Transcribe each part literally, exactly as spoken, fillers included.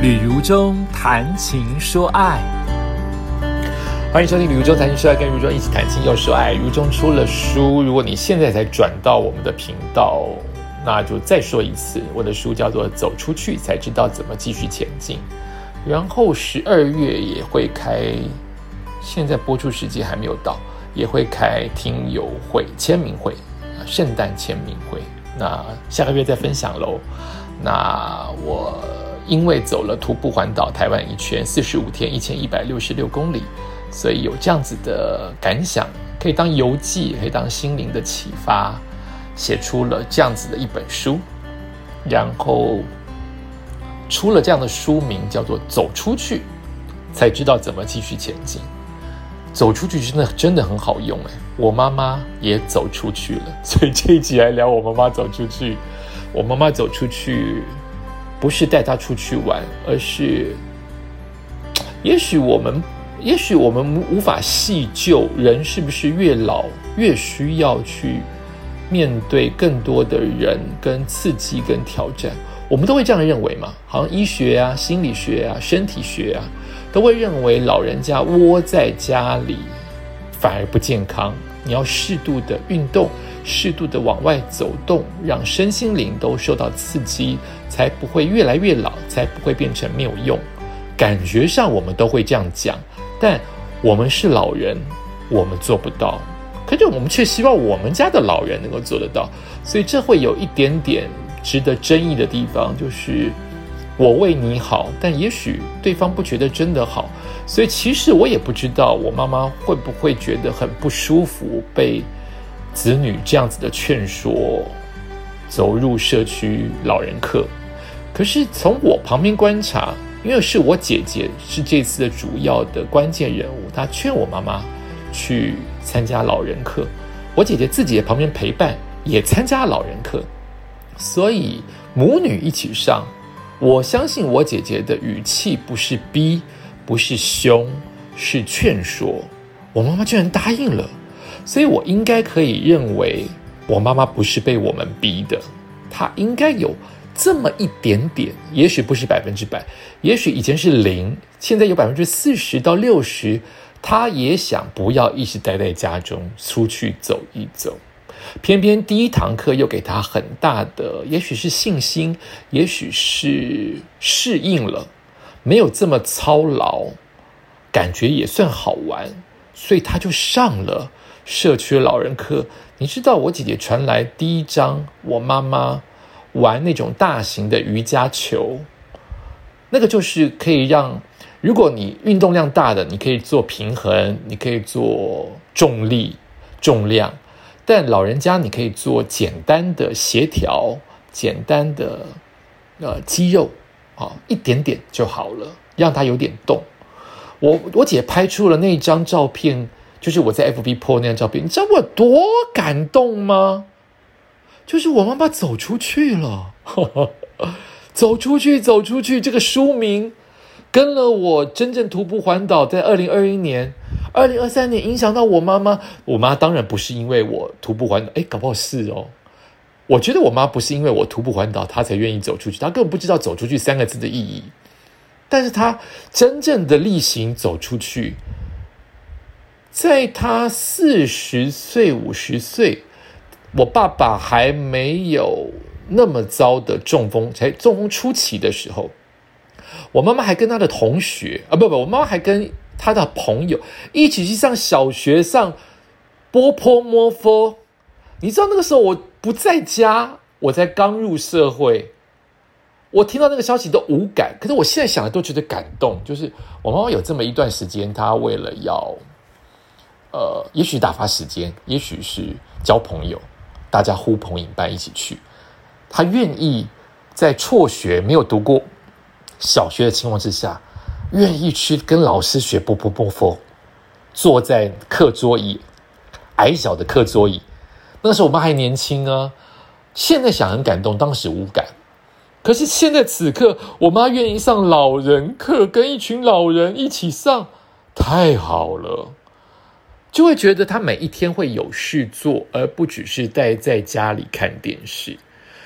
旅如中谈情说爱， 欢迎收听旅如中谈情说爱，跟如中一起谈情又说爱。如中出了书，如果你现在才转到我们的频道，那就再说一次，我的书叫做《走出去才知道怎么继续前进》。然后十二月也会开，现在播出时间还没有到，也会开听友会、签名会，圣诞签名会。那下个月再分享咯。那我因为走了徒步环岛台湾一圈四十五天一千一百六十六公里，所以有这样子的感想，可以当游记，可以当心灵的启发，写出了这样子的一本书。然后出了这样的书名叫做走出去才知道怎么继续前进。走出去真的真的很好用耶，我妈妈也走出去了，所以这一集来聊我妈妈走出去。我妈妈走出去不是带她出去玩，而是也许我们也许我们无法细究人是不是越老越需要去面对更多的人跟刺激跟挑战，我们都会这样认为嘛？好像医学啊、心理学啊、身体学啊，都会认为老人家窝在家里反而不健康，你要适度的运动，适度的往外走动，让身心灵都受到刺激，才不会越来越老，才不会变成没有用。感觉上我们都会这样讲，但我们是老人，我们做不到，可是我们却希望我们家的老人能够做得到，所以这会有一点点值得争议的地方，就是我为你好，但也许对方不觉得真的好。所以其实我也不知道我妈妈会不会觉得很不舒服，被子女这样子的劝说走入社区老人课。可是从我旁边观察，因为是我姐姐是这次的主要的关键人物，她劝我妈妈去参加老人课，我姐姐自己在旁边陪伴，也参加老人课，所以母女一起上。我相信我姐姐的语气不是逼，不是凶，是劝说。我妈妈居然答应了，所以我应该可以认为我妈妈不是被我们逼的，她应该有这么一点点，也许不是百分之百，也许以前是零，现在有百分之四十到六十，她也想不要一直待在家中，出去走一走。偏偏第一堂课又给他很大的，也许是信心，也许是适应了，没有这么操劳，感觉也算好玩，所以他就上了社区老人课。你知道我姐姐传来第一张我妈妈玩那种大型的瑜伽球，那个就是可以让，如果你运动量大的，你可以做平衡，你可以做重力重量，但老人家你可以做简单的协调，简单的呃肌肉啊，一点点就好了，让它有点动。我我姐拍出了那张照片，就是我在 F B po 那张照片，你知道我有多感动吗？就是我妈妈走出去了，走出去，走出去。这个书名跟了我真正徒步环岛，在二零二一年。二零二三年影响到我妈妈，我妈当然不是因为我徒步环岛，诶，搞不好是哦。我觉得我妈不是因为我徒步环岛，她才愿意走出去，她根本不知道走出去三个字的意义。但是她真正的力行走出去，在她四十岁、五十岁，我爸爸还没有那么糟的中风，才中风初期的时候，我妈妈还跟她的同学啊，不不，我妈妈还跟他的朋友一起去上小学，上波坡摸佛。你知道那个时候我不在家，我才刚入社会，我听到那个消息都无感，可是我现在想来都觉得感动。就是我妈妈有这么一段时间，她为了要呃，也许打发时间，也许是交朋友，大家呼朋引伴一起去，她愿意在辍学没有读过小学的情况之下，愿意去跟老师学波波波佛，坐在课桌椅，矮小的课桌椅。那时候我妈还年轻啊，现在想很感动，当时无感。可是现在此刻，我妈愿意上老人课，跟一群老人一起上，太好了。就会觉得她每一天会有事做，而不只是待在家里看电视。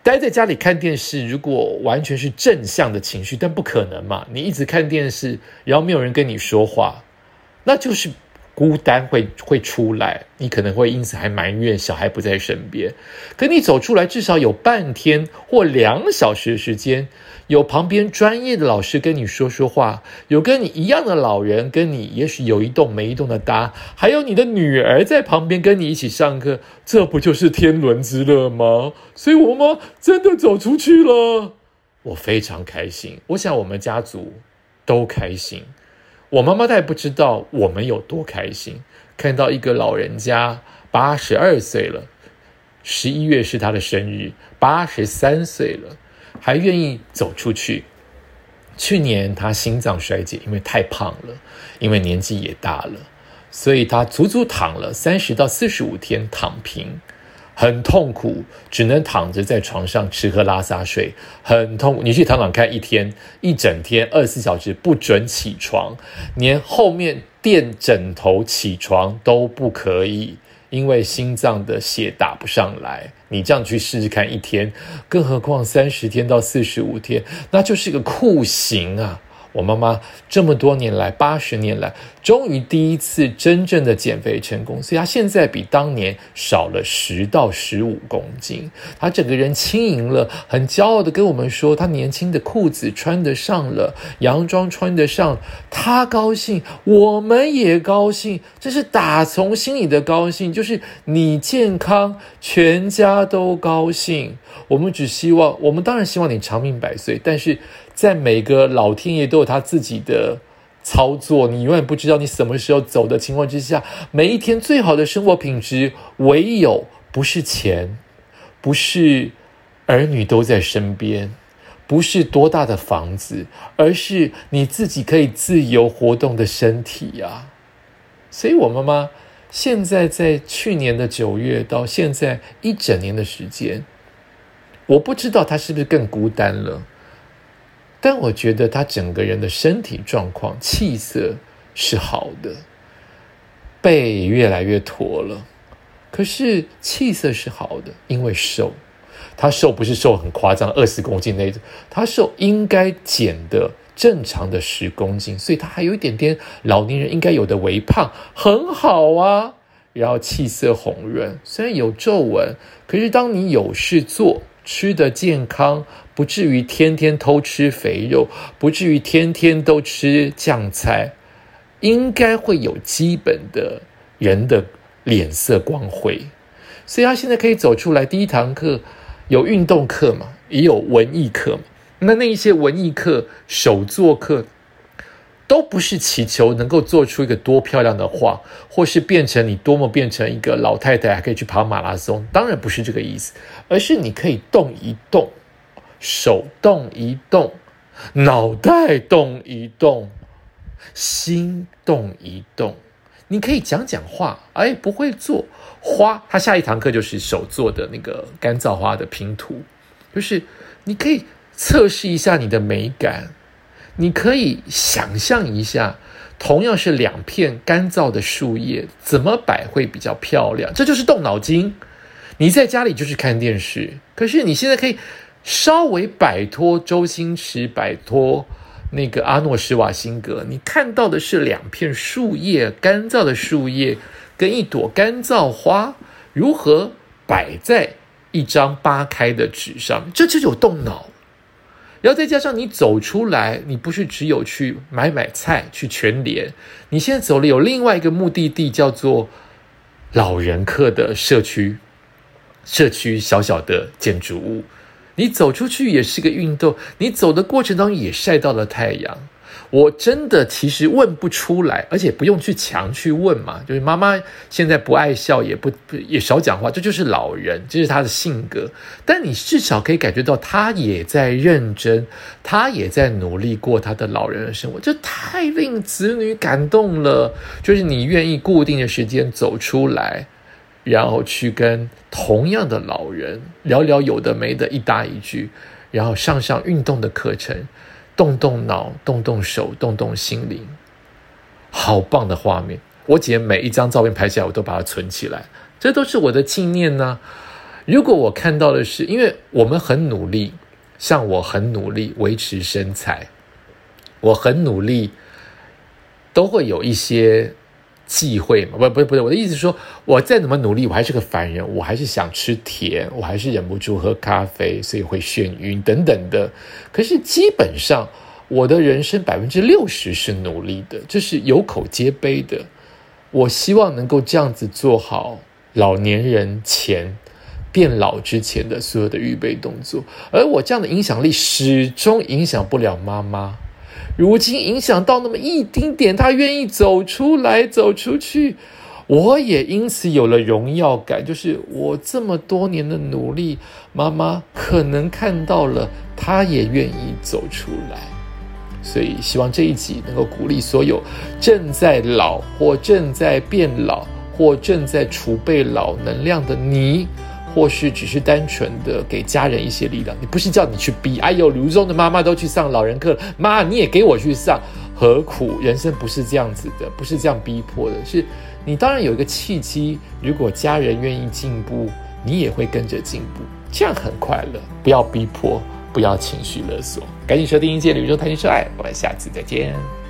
待在家里看电视，如果完全是正向的情绪，但不可能嘛，你一直看电视，然后没有人跟你说话，那就是孤单会会出来，你可能会因此还埋怨小孩不在身边。可你走出来，至少有半天或两小时的时间，有旁边专业的老师跟你说说话，有跟你一样的老人跟你也许有一动没一动的搭，还有你的女儿在旁边跟你一起上课，这不就是天伦之乐吗？所以我妈妈真的走出去了，我非常开心，我想我们家族都开心。我妈妈她也不知道我们有多开心，看到一个老人家八十二岁了，十一月是他的生日，八十三岁了，还愿意走出去。去年他心脏衰竭，因为太胖了，因为年纪也大了，所以他足足躺了三十到四十五天躺平，很痛苦，只能躺着在床上吃喝拉撒睡，很痛苦。你去躺躺看，一天一整天二十四小时不准起床，连后面垫枕头起床都不可以，因为心脏的血打不上来。你这样去试试看一天，更何况三十天到四十五天，那就是个酷刑啊！我妈妈这么多年来，八十年来，终于第一次真正的减肥成功，所以她现在比当年少了十到十五公斤。她整个人轻盈了，很骄傲的跟我们说，她年轻的裤子穿得上了，洋装穿得上，她高兴，我们也高兴，这是打从心里的高兴，就是你健康，全家都高兴。我们只希望，我们当然希望你长命百岁，但是在每个老天爷都有他自己的操作，你永远不知道你什么时候走的情况之下，每一天最好的生活品质，唯有不是钱，不是儿女都在身边，不是多大的房子，而是你自己可以自由活动的身体啊。所以我妈妈现在在去年的九月到现在一整年的时间，我不知道她是不是更孤单了，但我觉得她整个人的身体状况气色是好的，背越来越驼了，可是气色是好的，因为瘦。她瘦不是瘦很夸张二十公斤那种，她瘦应该减的正常的十公斤，所以她还有一点点老年人应该有的微胖，很好啊。然后气色红润，虽然有皱纹，可是当你有事做，吃得健康，不至于天天偷吃肥肉，不至于天天都吃酱菜，应该会有基本的人的脸色光辉。所以他现在可以走出来，第一堂课有运动课嘛，也有文艺课嘛。那那一些文艺课、手作课，都不是祈求能够做出一个多漂亮的画，或是变成你多么变成一个老太太还可以去跑马拉松，当然不是这个意思，而是你可以动一动，手动一动，脑袋动一动，心动一动。你可以讲讲话，哎，不会做花，他下一堂课就是手做的那个干燥花的拼图，就是你可以测试一下你的美感，你可以想象一下，同样是两片干燥的树叶，怎么摆会比较漂亮，这就是动脑筋。你在家里就是看电视，可是你现在可以稍微摆脱周星驰，摆脱那个阿诺施瓦辛格，你看到的是两片树叶，干燥的树叶跟一朵干燥花如何摆在一张扒开的纸上，这就有动脑。然后再加上你走出来，你不是只有去买买菜，去全联，你现在走了有另外一个目的地，叫做老人客的社区，社区小小的建筑物。你走出去也是个运动，你走的过程当中也晒到了太阳。我真的其实问不出来，而且不用去强去问嘛，就是妈妈现在不爱笑，也不也少讲话，这就是老人，这是他的性格。但你至少可以感觉到他也在认真，他也在努力过他的老人的生活，这太令子女感动了。就是你愿意固定的时间走出来，然后去跟同样的老人聊聊有的没的，一搭一句，然后上上运动的课程，动动脑，动动手，动动心灵，好棒的画面。我姐每一张照片拍下来，我都把它存起来，这都是我的纪念呢、啊。 如果我看到的是，因为我们很努力，像我很努力维持身材，我很努力，都会有一些忌讳嘛？不不不，我的意思是说，我再怎么努力，我还是个凡人，我还是想吃甜，我还是忍不住喝咖啡，所以会眩晕等等的。可是基本上，我的人生百分之六十是努力的，这是有口皆碑的。我希望能够这样子做好老年人前变老之前的所有的预备动作，而我这样的影响力始终影响不了妈妈。如今影响到那么一丁点，她愿意走出来走出去，我也因此有了荣耀感，就是我这么多年的努力，妈妈可能看到了，她也愿意走出来。所以希望这一集能够鼓励所有正在老或正在变老或正在储备老能量的你，或是只是单纯的给家人一些力量。你不是叫你去逼，哎呦，卢中的妈妈都去上老人课了，妈你也给我去上，何苦？人生不是这样子的，不是这样逼迫的，是你当然有一个契机，如果家人愿意进步，你也会跟着进步，这样很快乐。不要逼迫，不要情绪勒索。赶紧收听《一见吕中谈情说爱》，我们下次再见。